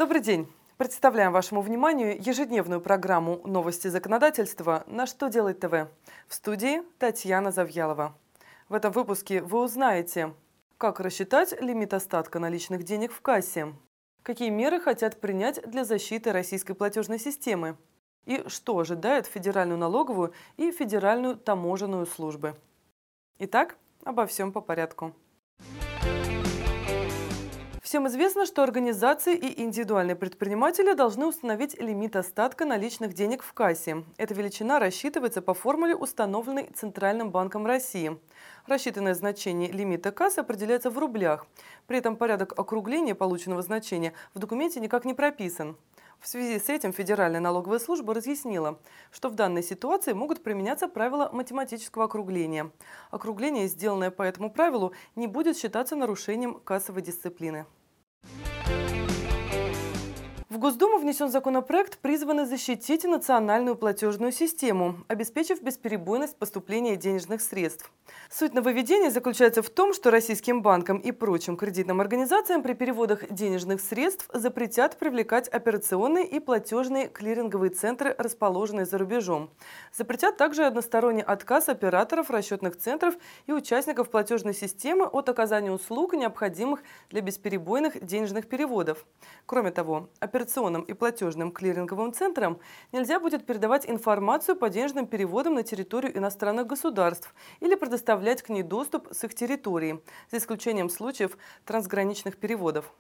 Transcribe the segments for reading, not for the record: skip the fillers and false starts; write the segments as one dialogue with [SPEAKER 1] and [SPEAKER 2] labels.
[SPEAKER 1] Добрый день! Представляем вашему вниманию ежедневную программу «Новости законодательства» на «Что делать ТВ». В студии Татьяна Завьялова. В этом выпуске вы узнаете, как рассчитать лимит остатка наличных денег в кассе, какие меры хотят принять для защиты российской платежной системы и что ожидает Федеральную налоговую и Федеральную таможенную службы. Итак, обо всем по порядку. Всем известно, что организации и индивидуальные предприниматели должны установить лимит остатка наличных денег в кассе. Эта величина рассчитывается по формуле, установленной Центральным банком России. Рассчитанное значение лимита кассы определяется в рублях. При этом порядок округления полученного значения в документе никак не прописан. В связи с этим Федеральная налоговая служба разъяснила, что в данной ситуации могут применяться правила математического округления. Округление, сделанное по этому правилу, не будет считаться нарушением кассовой дисциплины. В Госдуму внесен законопроект, призванный защитить национальную платежную систему, обеспечив бесперебойность поступления денежных средств. Суть нововведения заключается в том, что российским банкам и прочим кредитным организациям при переводах денежных средств запретят привлекать операционные и платежные клиринговые центры, расположенные за рубежом. Запретят также односторонний отказ операторов расчетных центров и участников платежной системы от оказания услуг, необходимых для бесперебойных денежных переводов. Кроме того, операционным и платежным клиринговым центрам нельзя будет передавать информацию по денежным переводам на территорию иностранных государств или предоставлять к ней доступ с их территории, за исключением случаев трансграничных переводов.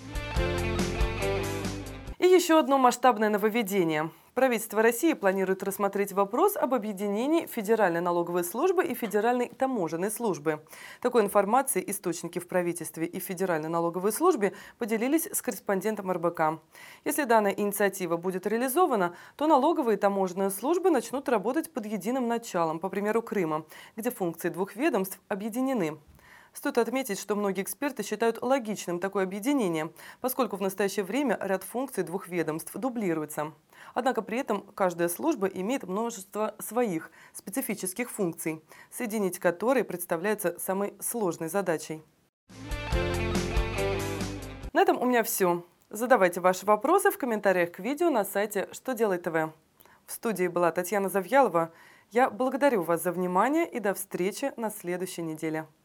[SPEAKER 1] И еще одно масштабное нововведение. Правительство России планирует рассмотреть вопрос об объединении Федеральной налоговой службы и Федеральной таможенной службы. Такой информацией источники в правительстве и Федеральной налоговой службе поделились с корреспондентом РБК. Если данная инициатива будет реализована, то налоговые и таможенные службы начнут работать под единым началом, по примеру Крыма, где функции двух ведомств объединены. Стоит отметить, что многие эксперты считают логичным такое объединение, поскольку в настоящее время ряд функций двух ведомств дублируется. Однако при этом каждая служба имеет множество своих специфических функций, соединить которые представляется самой сложной задачей. На этом у меня все. Задавайте ваши вопросы в комментариях к видео на сайте «Что делать ТВ». В студии была Татьяна Завьялова. Я благодарю вас за внимание и до встречи на следующей неделе.